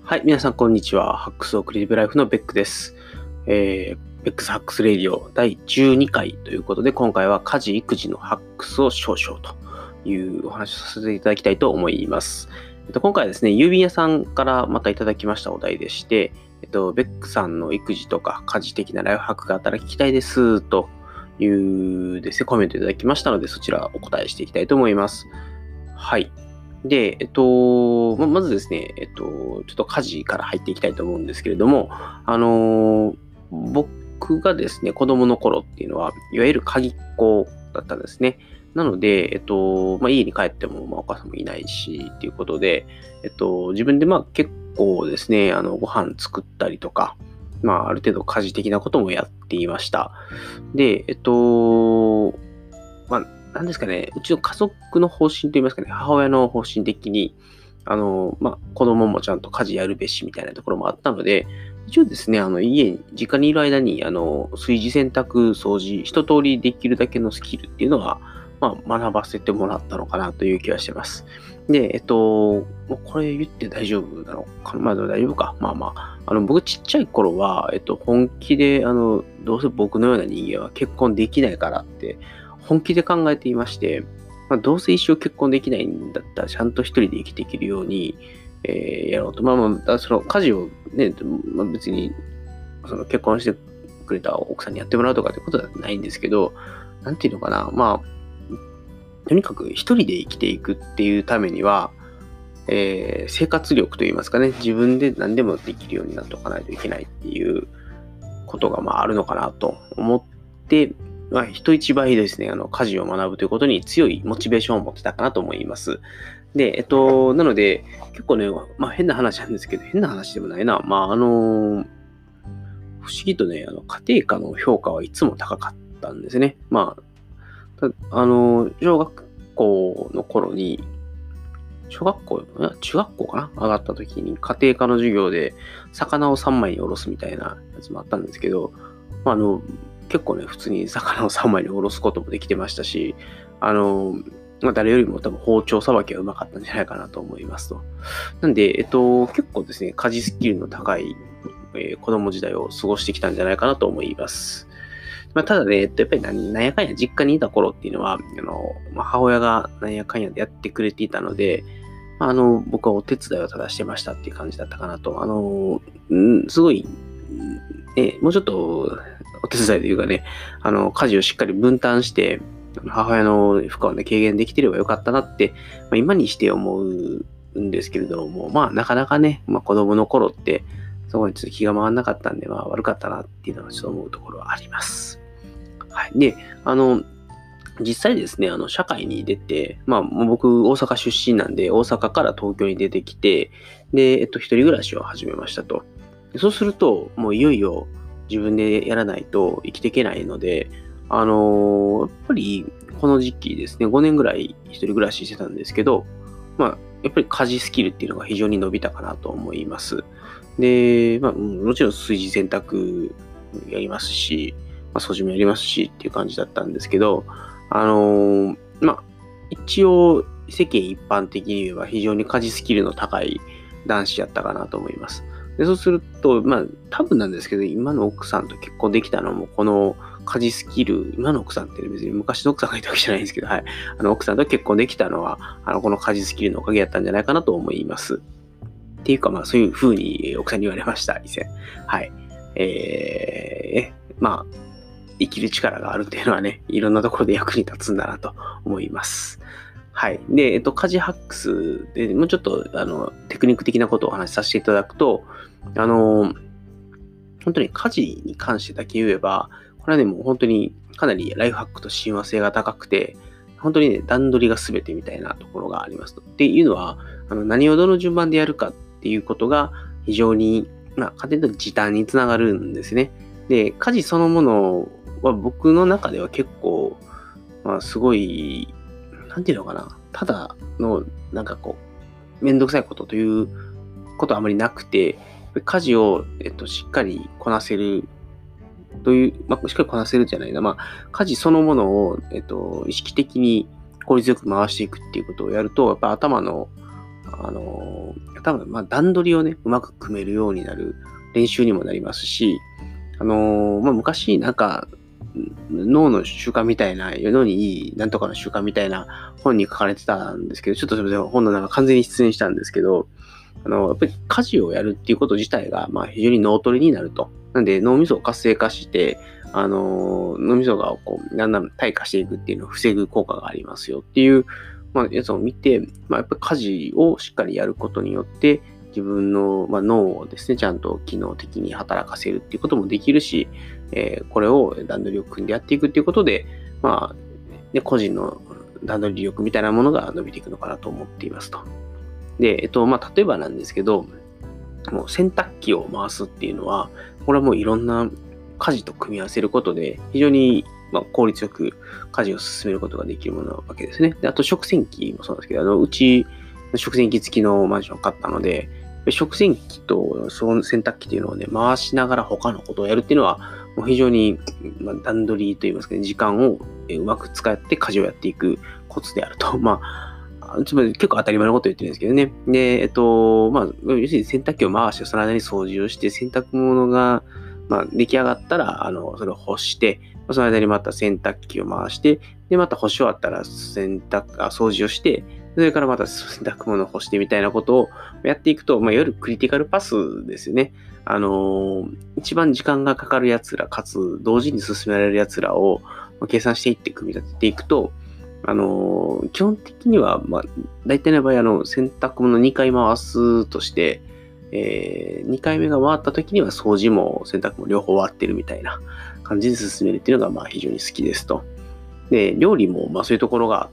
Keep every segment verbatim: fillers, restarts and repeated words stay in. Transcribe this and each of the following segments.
はい、皆さんこんにちは。ハックスオクリティブライフのベックです。えー、ベックスハックスレディオだいじゅうにかいということで、今回は家事育児のハックスを少々というお話をさせていただきたいと思います。えっと、今回はですね、郵便屋さんからまたいただきましたお題でして、えっと、ベックさんの育児とか家事的なライフハックがあったら聞きたいですというですね、コメントいただきましたので、そちらお答えしていきたいと思います。はい。で、えっと、ままずですね、えっと、ちょっと家事から入っていきたいと思うんですけれども、あのー僕がですね、子供の頃っていうのは、いわゆる鍵っ子だったんですね。なので、えっと、まあ、家に帰っても、まあ、お母さんもいないし、っていうことで、えっと、自分でまあ結構ですね、あの、ご飯作ったりとか、まあ、ある程度家事的なこともやっていました。で、えっと、まあ、なんですかね、うちの家族の方針といいますかね、母親の方針的に、あの、まあ、子供もちゃんと家事やるべしみたいなところもあったので、一応ですね、あの、家に、実家にいる間に、あの、炊事洗濯、掃除、一通りできるだけのスキルっていうのは、まあ、学ばせてもらったのかなという気がしてます。で、えっと、これ言って大丈夫なのかな、まあ、大丈夫か。まあまあ、あの、僕ちっちゃい頃は、えっと、本気で、あの、どうせ僕のような人間は結婚できないからって、本気で考えていまして、まあ、どうせ一生結婚できないんだったら、ちゃんと一人で生きていけるように、えーやろうと。まあまあ、その家事をね、まあ、別に、その結婚してくれた奥さんにやってもらうとかってことではないんですけど、なんていうのかな、まあ、とにかく一人で生きていくっていうためには、えー生活力といいますかね、自分で何でもできるようになっておかないといけないっていうことがまああるのかなと思って、まあ、人一倍ですね、あの、家事を学ぶということに強いモチベーションを持ってたかなと思います。で、えっと、なので、結構ね、まあ変な話なんですけど、変な話でもないな。まあ、あの、不思議とね、あの、家庭科の評価はいつも高かったんですね。まあ、たあの、小学校の頃に、小学校、中学校かな上がった時に家庭科の授業で魚をさんまいにおろすみたいなやつもあったんですけど、まあ、あの、結構ね、普通に魚をさんまいにおろすこともできてましたし、あの、まあ、誰よりも多分包丁さばきはうまかったんじゃないかなと思いますと。なんで、えっと、結構ですね、家事スキルの高い、えー子供時代を過ごしてきたんじゃないかなと思います。まあ、ただね、えっと、やっぱり何なんやかんや実家にいた頃っていうのは、あの、まあ、母親がなんやかんやでやってくれていたので、まああの、僕はお手伝いをただしてましたっていう感じだったかなと。あの、んすごい、ね、もうちょっとお手伝いというかね、あの、家事をしっかり分担して、母親の負荷をね、軽減できてればよかったなって、まあ、今にして思うんですけれども、まあ、なかなかね、まあ、子供の頃って、そこにちょっと気が回らなかったんで、まあ、悪かったなっていうのはちょっと思うところはあります。はい。で、あの、実際ですね、あの、社会に出て、まあ、もう僕、大阪出身なんで、大阪から東京に出てきて、で、えっと、一人暮らしを始めましたと。そうすると、もういよいよ自分でやらないと生きていけないので、あのーやっぱり、この時期ですね、ごねんぐらい一人暮らししてたんですけど、まあ、やっぱり家事スキルっていうのが非常に伸びたかなと思います。で、まあ、うんもちろん炊事洗濯やりますし、まあ、掃除もやりますしっていう感じだったんですけど、あのーまあ、一応、世間一般的に言えば非常に家事スキルの高い男子やったかなと思います。でそうすると、まあ、多分なんですけど、今の奥さんと結婚できたのも、この家事スキル、今の奥さんって別に昔の奥さんがいたわけじゃないんですけど、はい。あの、奥さんと結婚できたのは、あの、この家事スキルのおかげやったんじゃないかなと思います。っていうか、まあ、そういう風に奥さんに言われました、以前。はい。えー、まあ、生きる力があるっていうのはね、いろんなところで役に立つんだなと思います。はい。で、えっと、家事ハックスでもうちょっと、あの、テクニック的なことをお話しさせていただくと、あの、本当に家事に関してだけ言えば、これはね、もう本当にかなりライフハックと親和性が高くて、本当にね、段取りが全てみたいなところがありますと。っていうのは、あの何をどの順番でやるかっていうことが非常に、まあ、家庭の時短につながるんですね。で、家事そのものは僕の中では結構、まあ、すごい、なんていうのかな、ただの、なんかこう、めんどくさいことということはあまりなくて、家事を、えっと、しっかりこなせるという、まあ、しっかりこなせるじゃないな、まあ、家事そのものを、えっと、意識的に効率よく回していくっていうことをやると、やっぱ頭の、あの、 多分、まあ、段取りをね、うまく組めるようになる練習にもなりますし、あのー、まあ、昔、なんか、脳の習慣みたいな、脳にいい、なんとかの習慣みたいな本に書かれてたんですけど、ちょっとすみません、本の中完全に失念したんですけど、あの、やっぱり家事をやるっていうこと自体が、まあ、非常に脳トレになると。なんで、脳みそを活性化して、あのー、脳みそがこう、だんだん退化していくっていうのを防ぐ効果がありますよっていう、まあ、やつを見て、まあ、やっぱり家事をしっかりやることによって、自分の、まあ、脳をですね、ちゃんと機能的に働かせるっていうこともできるし、えー、これを段取りを組んでやっていくっていうことで、まあ、ね、個人の段取り力みたいなものが伸びていくのかなと思っていますと。で、えっと、まあ、例えばなんですけど、もう洗濯機を回すっていうのは、これはもういろんな家事と組み合わせることで、非常にまあ効率よく家事を進めることができるものなわけですね。で、あと食洗機もそうなんですけど、あのうち食洗機付きのマンションを買ったので、食洗機とその洗濯機っていうのをね、回しながら他のことをやるっていうのは、もう非常に、まあ、段取りといいますかね、時間をうまく使って家事をやっていくコツであると。まあ、つまり結構当たり前のことを言ってるんですけどね。で、えっと、まあ、要するに洗濯機を回して、その間に掃除をして、洗濯物が、まあ、出来上がったら、あの、それを干して、その間にまた洗濯機を回して、で、また干し終わったら洗濯、あ掃除をして、それからまた洗濯物を干してみたいなことをやっていくと、まあ、いわゆるクリティカルパスですよね。あのー、一番時間がかかるやつら、かつ同時に進められるやつらを計算していって組み立てていくと、あのー、基本的には、まあ、大体の場合、あの、洗濯物にかい回すとして、えー、にかいめが回った時には掃除も洗濯も両方終わってるみたいな感じで進めるっていうのが、まあ、非常に好きですと。で、料理も、まあ、そういうところがあって、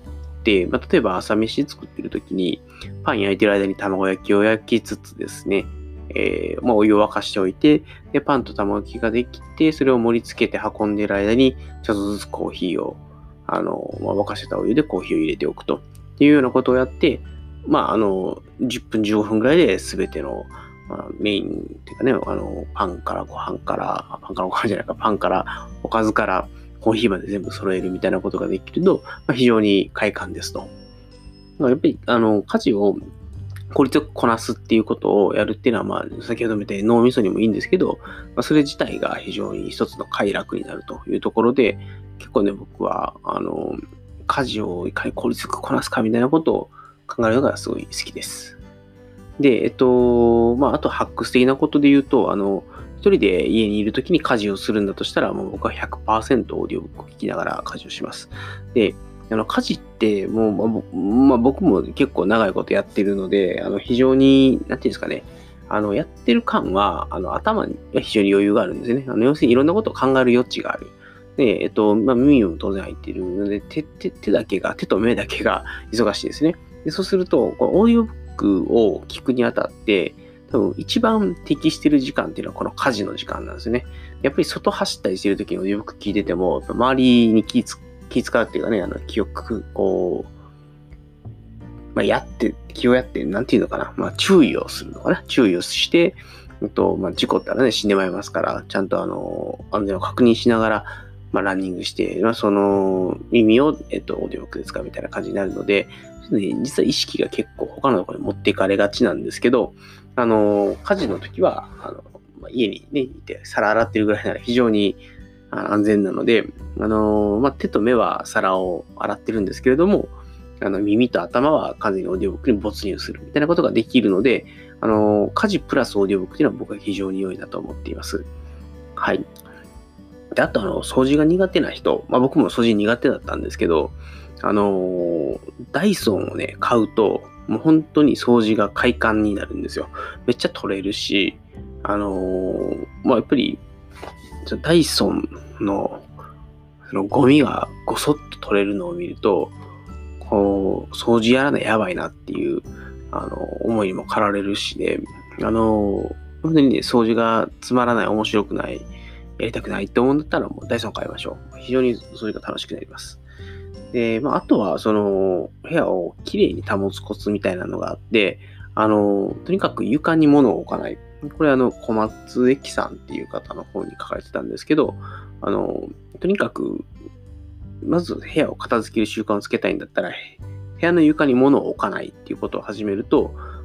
まあ、例えば朝飯作ってる時に、パン焼いてる間に卵焼きを焼きつつですね、えーまあ、お湯を沸かしておいて、で、パンと卵焼きができて、それを盛り付けて運んでる間に、ちょっとずつコーヒーを、あの、まあ、沸かしてたお湯でコーヒーを入れておくと。っていうようなことをやって、まあ、あの、じゅっぷん、じゅうごふんぐらいで全ての、まあ、メインっていうかね、あの、パンからご飯から、パンからご飯じゃないか、パンからおかずからコーヒーまで全部揃えるみたいなことができると、まあ、非常に快感ですと。やっぱり、あの、家事を効率よくこなすっていうことをやるっていうのは、まあ、先ほど見た脳みそにもいいんですけど、まあ、それ自体が非常に一つの快楽になるというところで、結構ね、僕は、あの、家事をいかに効率よくこなすかみたいなことを考えるのがすごい好きです。で、えっと、まあ、あとハックス的なことで言うと、あの、一人で家にいるときに家事をするんだとしたら、もう僕は ひゃくパーセント オーディオブックを聞きながら家事をします。で、あの家事ってもう、まあ、僕も結構長いことやってるので、あの非常に、なんていうんですかね、あのやってる感はあの頭には非常に余裕があるんですね。あの要するにいろんなことを考える余地がある。で、えっと、まあ、耳も当然入っているので、手、手、手だけが、手と目だけが忙しいですね。でそうすると、このオーディオブックを聞くにあたって、多分一番適している時間っていうのはこの家事の時間なんですね。やっぱり外走ったりしてる時にオーディオブック聞いてても、周りに気つ気使うっていうかね、あの、気をく、こう、まあ、やって、気をやって、なんていうのかな、まあ、注意をするのかな、注意をして、えっと、まあ、事故ったらね、死んでまいりますから、ちゃんとあの、安全を確認しながら、まあ、ランニングして、まあ、その、耳を、えっと、オーディオブックで使うみたいな感じになるので、実は意識が結構他のところに持っていかれがちなんですけど、あの、家事の時は、あの、まあ、家にね、いて、皿洗ってるぐらいなら非常に、安全なので、あのーまあ、手と目は皿を洗ってるんですけれども、あの耳と頭は完全にオーディオブックに没入するみたいなことができるので、あのー家事プラスオーディオブックというのは僕は非常に良いなと思っています。はい。で、あと、あの、掃除が苦手な人、まあ、僕も掃除苦手だったんですけど、あのーダイソンをね、買うと、もう本当に掃除が快感になるんですよ。めっちゃ取れるし、あのーまあ、やっぱり、ダイソンのそのゴミがごそっと取れるのを見ると、こう、掃除やらないやばいなっていう、あの、思いにも駆られるしで、あの、本当にね、掃除がつまらない、面白くない、やりたくないって思うんだったら、もうダイソン買いましょう。非常に掃除が楽しくなります。で、まあ、あとは、その、部屋をきれいに保つコツみたいなのがあって、あの、とにかく床に物を置かない。これあの、小松駅さんっていう方の方に書かれてたんですけど、あの、とにかく、まず部屋を片付ける習慣をつけたいんだったら、部屋の床に物を置かないっていうことを始めると、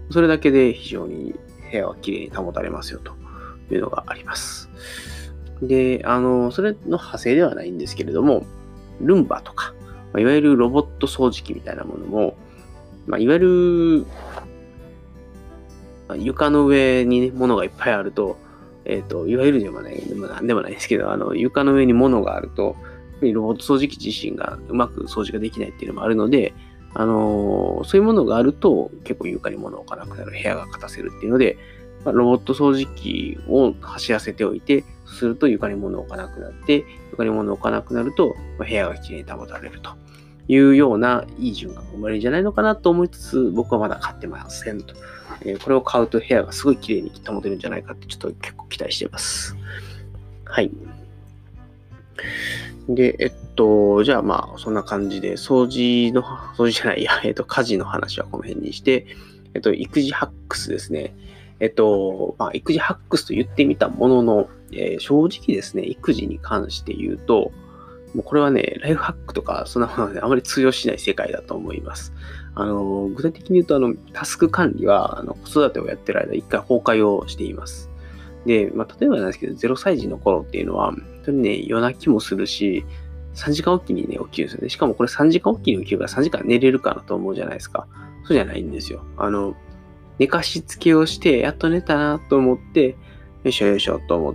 それだけで非常に部屋はきれいに保たれますよというのがあります。で、あの、それの派生ではないんですけれども、ルンバとか、いわゆるロボット掃除機みたいなものも、まあ、いわゆる床の上に、ね、物がいっぱいあると、えっと、いわゆるでもない、でもなんでもないですけど、あの、床の上に物があると、ロボット掃除機自身がうまく掃除ができないっていうのもあるので、あのー、そういうものがあると結構床に物を置かなくなる、部屋が片せるっていうので、まあ、ロボット掃除機を走らせておいて、そうすると床に物を置かなくなって、床に物を置かなくなると、まあ、部屋がきれいに保たれるというようないい循環が生まれるんじゃないのかなと思いつつ、僕はまだ買ってませんと。えー、これを買うと部屋がすごいきれいに保てるんじゃないかってちょっと結構期待しています。はい。で、えっと、じゃあまあ、そんな感じで、掃除の、掃除じゃないや、えっと、家事の話はこの辺にして、えっと、育児ハックスですね。えっと、まあ、育児ハックスと言ってみたものの、えー、正直ですね、育児に関して言うと、もうこれはね、ライフハックとか、そんなものはね、あまり通用しない世界だと思います。あの、具体的に言うと、あの、タスク管理は、あの、子育てをやってる間、一回崩壊をしています。で、まあ、例えばなんですけど、ゼロさい児の頃っていうのは、本当にね、夜泣きもするし、さんじかんおきにね、起きるんですよね。しかもこれさんじかんおきに起きるからさんじかん寝れるかなと思うじゃないですか。そうじゃないんですよ。あの、寝かしつけをして、やっと寝たなと思って、よいしょよいしょと思って、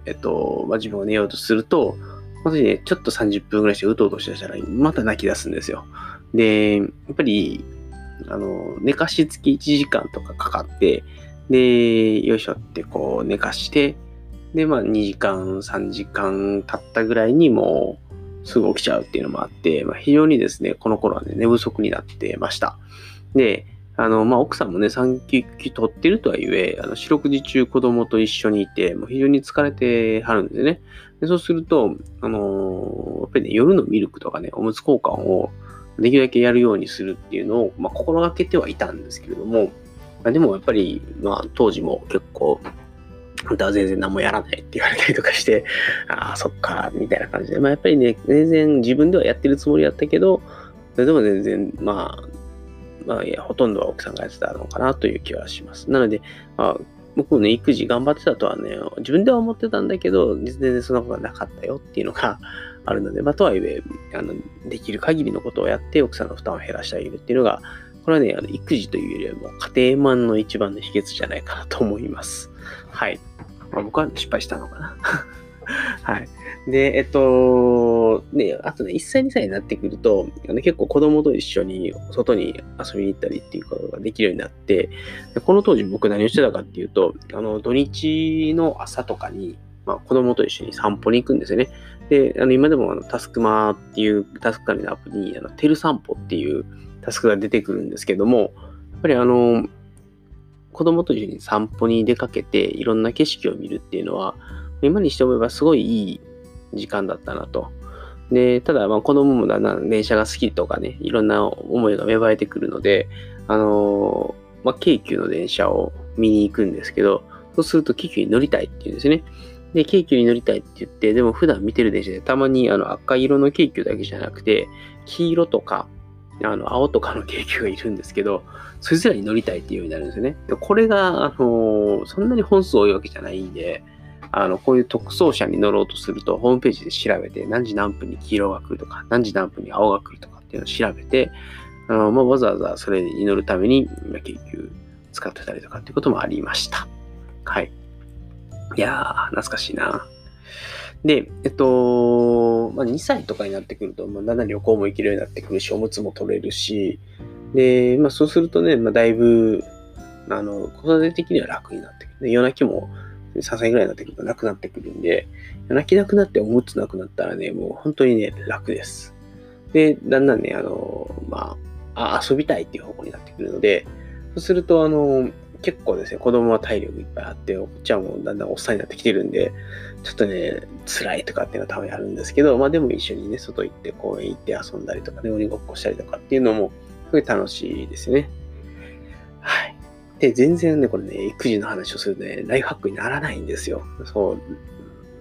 えっと、まあ、自分が寝ようとすると、本当にね、ちょっとさんじゅっぷんぐらいしてうとうとしたら、また泣き出すんですよ。で、やっぱり、あの、寝かしつきいちじかんとかかかって、で、よいしょってこう寝かして、で、まあにじかん、さんじかん経ったぐらいにもうすぐ起きちゃうっていうのもあって、まあ、非常にですね、この頃はね、寝不足になってました。で、あの、まあ、奥さんもね、産休取ってるとはいえ、あの、四六時中子供と一緒にいて、もう非常に疲れてはるんですよね。でそうすると、あのー、やっぱりね、夜のミルクとかね、おむつ交換をできるだけやるようにするっていうのを、まあ、心がけてはいたんですけれども、まあ、でもやっぱり、まあ、当時も結構、あんたは全然何もやらないって言われたりとかして、ああ、そっか、みたいな感じで、まあ、やっぱりね、全然自分ではやってるつもりだったけど、それでも全然、まあ、まあ、いや、ほとんどは奥さんがやってたのかなという気はします。なので、まあ、僕もね、育児頑張ってたとはね、自分では思ってたんだけど、全然そんなことはなかったよっていうのがあるので、まあ、とはいえ、あの、できる限りのことをやって奥さんの負担を減らしてあげるっていうのが、これはね、あの育児というよりはもう家庭満の一番の秘訣じゃないかなと思います。はい。まあ、僕は失敗したのかな。はい。で、えっと、ね、あとね、いっさい、にさいになってくると、あの結構子供と一緒に外に遊びに行ったりっていうことができるようになって、でこの当時僕何をしてたかっていうと、あの土日の朝とかに、まあ、子供と一緒に散歩に行くんですよね。で、あの今でもあのタスクマっていうタスク管理のアプリに、あのテル散歩っていうタスクが出てくるんですけども、やっぱりあの、子供と一緒に散歩に出かけていろんな景色を見るっていうのは、今にして思えばすごいいい時間だったなと。で、ただまあ子供もだんだん電車が好きとかね、いろんな思いが芽生えてくるので、あのー、まあ京急の電車を見に行くんですけど、そうすると京急に乗りたいって言うんですね。で、京急に乗りたいって言って、でも普段見てる電車でたまにあの赤色の京急だけじゃなくて、黄色とか、あの青とかの京急がいるんですけど、そいつらに乗りたいっていうようになるんですよね。でこれが、あのー、そんなに本数多いわけじゃないんで、あの、こういう特装車に乗ろうとすると、ホームページで調べて、何時何分に黄色が来るとか、何時何分に青が来るとかっていうのを調べて、あの、まあ、わざわざそれに乗るために、今、京急使ってたりとかっていうこともありました。はい。いやー、懐かしいな。で、えっと、まあ、にさいとかになってくると、まあ、だんだん旅行も行けるようになってくるし、おむつも取れるし、で、まあ、そうするとね、まあ、だいぶ、あの、子育て的には楽になってくる。で、夜泣きも、さんさいぐらいになってくるとなくなってくるんで、泣きなくなっておむつなくなったらね、もう本当にね、楽です。で、だんだんね、あの、まあ、あ遊びたいっていう方向になってくるので、そうすると、あの、結構ですね、子供は体力いっぱいあって、おっちゃんもだんだんおっさんになってきてるんで、ちょっとね、辛いとかっていうのはたまにあるんですけど、まあでも一緒にね、外行って公園行って遊んだりとかね、鬼ごっこしたりとかっていうのも、すごい楽しいですよね。はい。で、全然ね、これね、育児の話をするとね、ライフハックにならないんですよ。そう、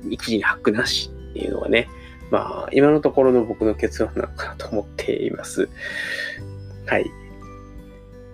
育児にハックなしっていうのはね、まあ、今のところの僕の結論なのかなと思っています。はい。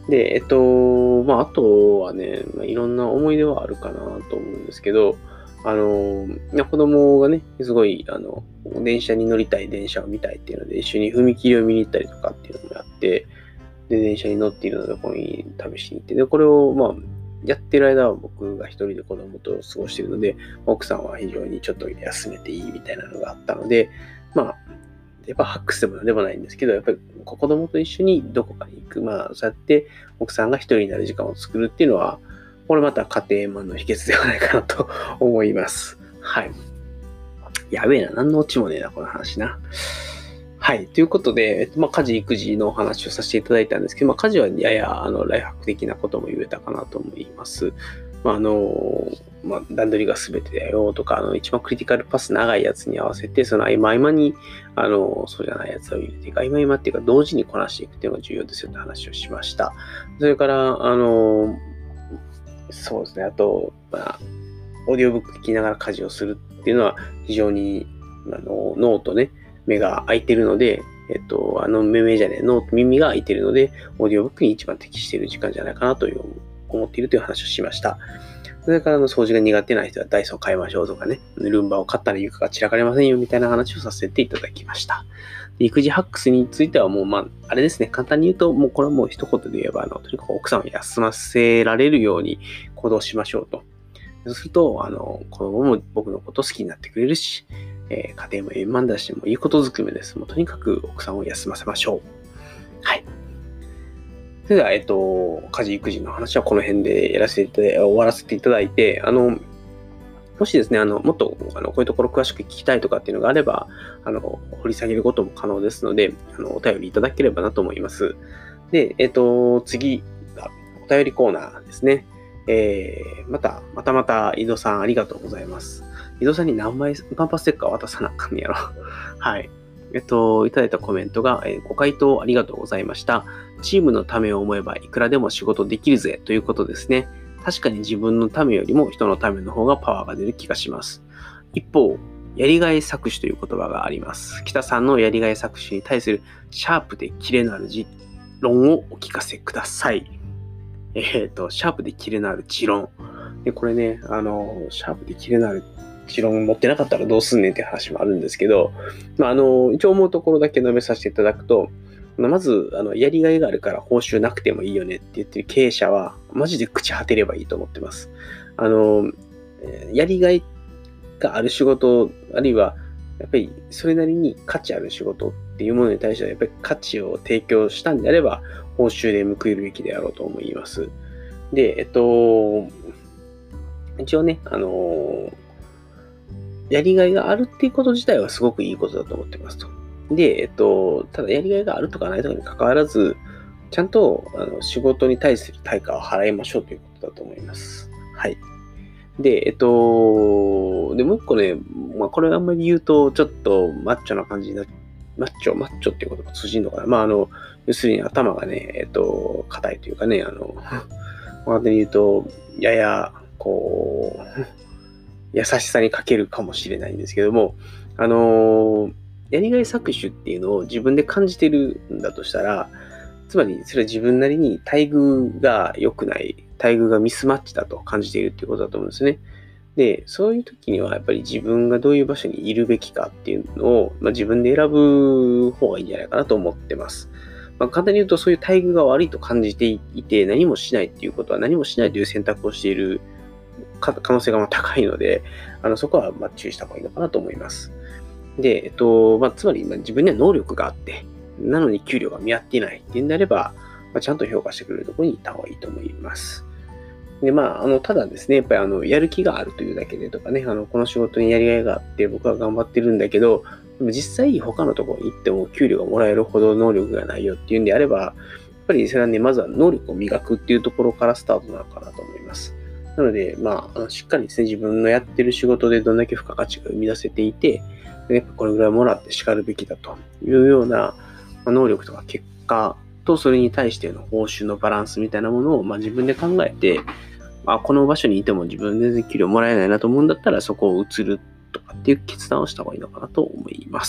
で、えっと、まあ、あとはね、まあ、いろんな思い出はあるかなと思うんですけど、あの、子供がね、すごい、あの、電車に乗りたい、電車を見たいっていうので、一緒に踏切を見に行ったりとかっていうのもやって、で、電車に乗っているので、ここに試しに行って、で、これを、まあ、やってる間は僕が一人で子供と過ごしているので、奥さんは非常にちょっと休めていいみたいなのがあったので、まあ、やっぱハックスでもなんでもないんですけど、やっぱり子供と一緒にどこかに行く、まあ、そうやって奥さんが一人になる時間を作るっていうのは、これまた家庭円満の秘訣ではないかなと思います。はい。やべえな、何のオチもねえな、この話な。はい。ということで、えっと、まあ、家事、育児のお話をさせていただいたんですけど、まあ、家事はやや、あの、ライフハック的なことも言えたかなと思います。まあ、あの、まあ、段取りが全てだよとか、あの、一番クリティカルパス長いやつに合わせて、その合間合間に、あの、そうじゃないやつを入れていく、合間合間っていうか、同時にこなしていくっていうのが重要ですよって話をしました。それから、あの、そうですね、あと、まあ、オーディオブック聞きながら家事をするっていうのは、非常に、あの、脳とね、目が開いてるので、えっと、あの、目目じゃねえ、脳と耳が開いてるので、オーディオブックに一番適している時間じゃないかなという思っているという話をしました。それからの掃除が苦手な人はダイソン買いましょうとかね、ルンバを買ったら床が散らかりませんよみたいな話をさせていただきました。で育児ハックスについてはもう、まあ、あれですね、簡単に言うと、もうこれはもう一言で言えば、あの、とにかく奥さんを休ませられるように行動しましょうと。そうすると、あの、子供も僕のこと好きになってくれるし、えー、家庭も円満だし、もういいことずくめです。もうとにかく奥さんを休ませましょう。はい。それでは、えっと、家事育児の話はこの辺でやらせていただいて、終わらせていただいて、あの、もしですね、あの、もっと、あの、こういうところ詳しく聞きたいとかっていうのがあれば、あの、掘り下げることも可能ですので、あの、お便りいただければなと思います。で、えっと、次がお便りコーナーですね。えー、また、またまた、井戸さんありがとうございます。井戸さんに何枚パンパステッカー渡さなあかんねやろ。はい。えっと、いただいたコメントが、えー、ご回答ありがとうございました。チームのためを思えばいくらでも仕事できるぜということですね。確かに自分のためよりも人のための方がパワーが出る気がします。一方、やりがい搾取という言葉があります。北さんのやりがい搾取に対するシャープでキレのある持論をお聞かせください。えっ、ー、と、シャープでキレのある持論。で、これね、あの、シャープでキレのある持論持ってなかったらどうすんねんって話もあるんですけど、まあ、あの、一応思うところだけ述べさせていただくと、まず、あの、やりがいがあるから報酬なくてもいいよねって言ってる経営者は、マジで口果てればいいと思ってます。あの、やりがいがある仕事、あるいは、やっぱりそれなりに価値ある仕事っていうものに対しては、やっぱり価値を提供したんであれば、報酬で報いるべきであろうと思います。で、えっと、一応ね、あの、やりがいがあるっていうこと自体はすごくいいことだと思ってますと。で、えっと、ただやりがいがあるとかないとかに関わらず、ちゃんとあの仕事に対する対価を払いましょうということだと思います。はい。で、えっと、で、もう一個ね、まあ、これあんまり言うと、ちょっとマッチョな感じにな、マッチョ、マッチョっていうことが通じるのかな。まあ、あの、要するに頭がね、えっと、硬いというかね、あの、簡単に言うと、やや、こう、優しさに欠けるかもしれないんですけども、あのー、やりがい搾取っていうのを自分で感じてるんだとしたら、つまりそれは自分なりに待遇が良くない、待遇がミスマッチだと感じているっていうことだと思うんですね。で、そういう時にはやっぱり自分がどういう場所にいるべきかっていうのを、まあ、自分で選ぶ方がいいんじゃないかなと思ってます。まあ、簡単に言うとそういう待遇が悪いと感じていて何もしないっていうことは何もしないという選択をしている可能性が高いので、あのそこはまあ注意した方がいいのかなと思います。で、えっと、まあ、つまり自分には能力があって、なのに給料が見合っていないっていうんであれば、まあ、ちゃんと評価してくれるところに行った方がいいと思います。で、まあ、あの、ただですね、やっぱりあの、やる気があるというだけでとかね、あの、この仕事にやりがいがあって僕は頑張ってるんだけど、でも実際他のところに行っても給料がもらえるほど能力がないよっていうんであれば、やっぱりそれはね、まずは能力を磨くっていうところからスタートなのかなと思います。なので、まあ、しっかりですね、自分のやってる仕事でどんだけ付加価値が生み出せていて、やっぱこれぐらいもらって叱るべきだというような能力とか結果と、それに対しての報酬のバランスみたいなものを、まあ、自分で考えて、まあ、この場所にいても自分で全然給料もらえないなと思うんだったら、そこを移るとかっていう決断をした方がいいのかなと思います。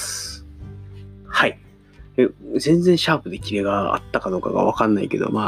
はい。全然シャープでキレがあったかどうかがわかんないけど、まあ、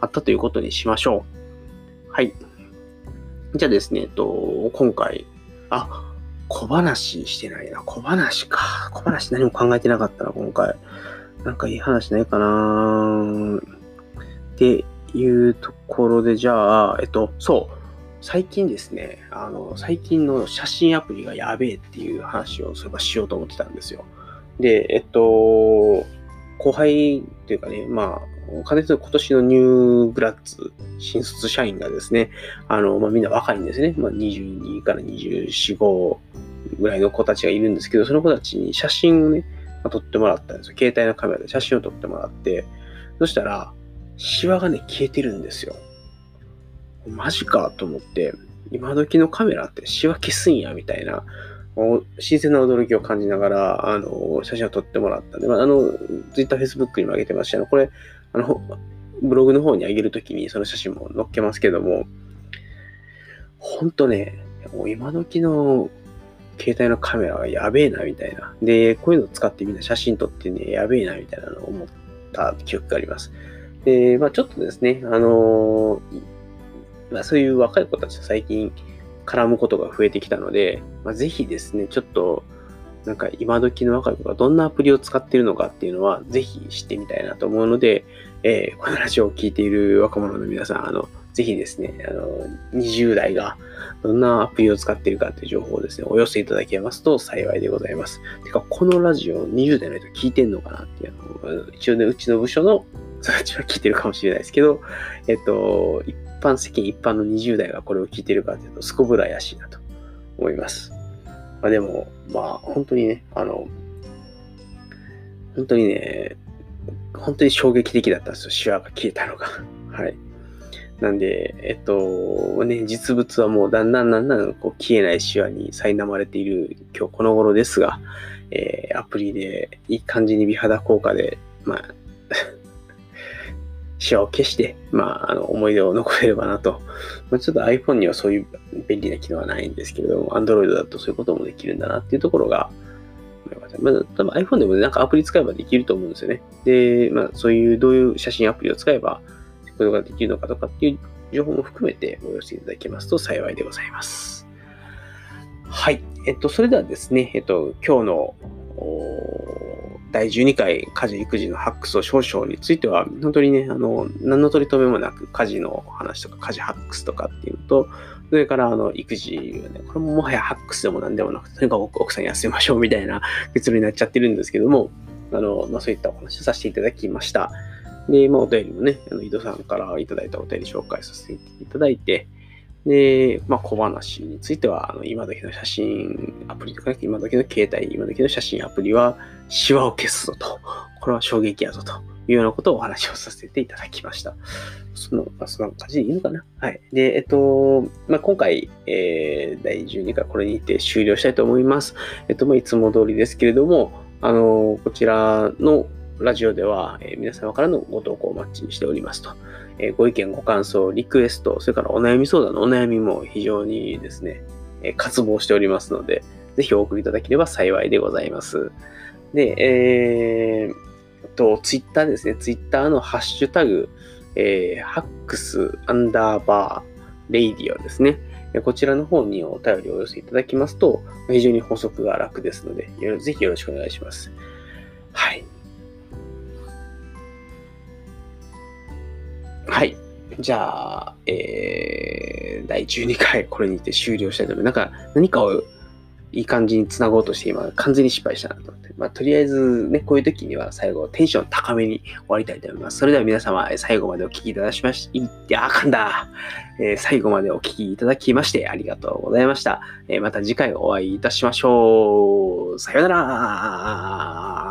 あったということにしましょう。はい。じゃあですね、えっと、今回、あ、小話してないな。小話か。小話何も考えてなかったな、今回。なんかいい話ないかなっていうところで、じゃあ、えっと、そう。最近ですね、あの、最近の写真アプリがやべえっていう話をそういえばしようと思ってたんですよ。で、えっと、後輩っていうかね、まあ、完全に今年のニューグラッツ新卒社員がですね、あの、まあみんな若いんですね。まあにじゅうにからにじゅうよん、ごぐらいの子たちがいるんですけど、その子たちに写真をね、まあ、撮ってもらったんですよ。携帯のカメラで写真を撮ってもらって、そしたら、シワがね、消えてるんですよ。マジかと思って、今時のカメラってシワ消すんや、みたいな、新鮮な驚きを感じながら、あの、写真を撮ってもらったんで、まあ、あの、Twitter、Facebook にも上げてました。これ、あの、ブログの方に上げるときにその写真も載っけますけども、ほんとね、もう今時の携帯のカメラはやべえな、みたいな。で、こういうのを使ってみんな写真撮ってね、やべえな、みたいなのを思った記憶があります。で、まあちょっとですね、あのまあ、そういう若い子たちと最近絡むことが増えてきたので、まあ、ぜひですね、ちょっとなんか今時の若い子がどんなアプリを使っているのかっていうのはぜひ知ってみたいなと思うので、えー、このラジオを聞いている若者の皆さん、あの、ぜひですね、あの、にじゅう代がどんなアプリを使っているかという情報をですね、お寄せいただけますと幸いでございます。てか、このラジオにじゅう代の人聞いてんのかなっていうのを、一応ね、うちの部署の人たちは聞いてるかもしれないですけど、えっと、一般世間一般のにじゅう代がこれを聞いているかというと、すこぶら怪しいなと思います。まあでも、まあ本当にね、あの、本当にね、本当に衝撃的だったんですよ、シワが消えたのが。はい。なんで、えっと、ね、実物はもうだんだんだんだんこう消えないシワに苛まれている今日この頃ですが、えー、アプリでいい感じに美肌効果で、まあ、シワを消して、まあ、あの、思い出を残せればなと。まあ、ちょっと iPhone にはそういう便利な機能はないんですけれども、Android だとそういうこともできるんだなっていうところが、まあ、多分 iPhone でもなんかアプリ使えばできると思うんですよね。で、まあ、そういうどういう写真アプリを使えば、そういうことができるのかとかっていう情報も含めてお寄せいただけますと幸いでございます。はい。えっと、それではですね、えっと、今日のだいじゅうにかい家事育児のハックスを少々については、本当にね、あの、何の取り留めもなく家事の話とか家事ハックスとかっていうのと、それからあの育児はね、これももはやハックスでも何でもなくて、とにかく奥さんに休みましょうみたいな結論になっちゃってるんですけども、あの、まあ、そういったお話をさせていただきました。で、まあ、お便りもね、あの井戸さんからいただいたお便り紹介させていただいて、で、まあ、小話については、あの今時の写真アプリとか、今時の携帯、今時の写真アプリは、シワを消すぞと。これは衝撃やぞというようなことをお話をさせていただきました。その、まあ、そんな感じでいいのかな。はい。で、えっと、まあ、今回、えー、だいじゅうにかいこれにて終了したいと思います。えっと、まあ、いつも通りですけれども、あの、こちらのラジオでは、えー、皆様からのご投稿をお待ちしておりますと。えー、ご意見、ご感想、リクエスト、それからお悩み相談のお悩みも非常にですね、えー、渇望しておりますので、ぜひお送りいただければ幸いでございます。で、えー、と、ツイッターですね、ツイッターのハッシュタグ、えー、ハックスアンダーバーレイディオですね。こちらの方にお便りをお寄せいただきますと、非常に補足が楽ですので、ぜひよろしくお願いします。はい。はい。じゃあ、えー、だいじゅうにかいこれにて終了したいと思います。なんか、何かをいい感じに繋ごうとして今、完全に失敗したなと思って。まあ、とりあえずね、こういう時には最後、テンション高めに終わりたいと思います。それでは皆様、最後までお聞きいただきまし、いや、あかんだ。えー、最後までお聞きいただきましてありがとうございました。えー、また次回お会いいたしましょう。さようなら。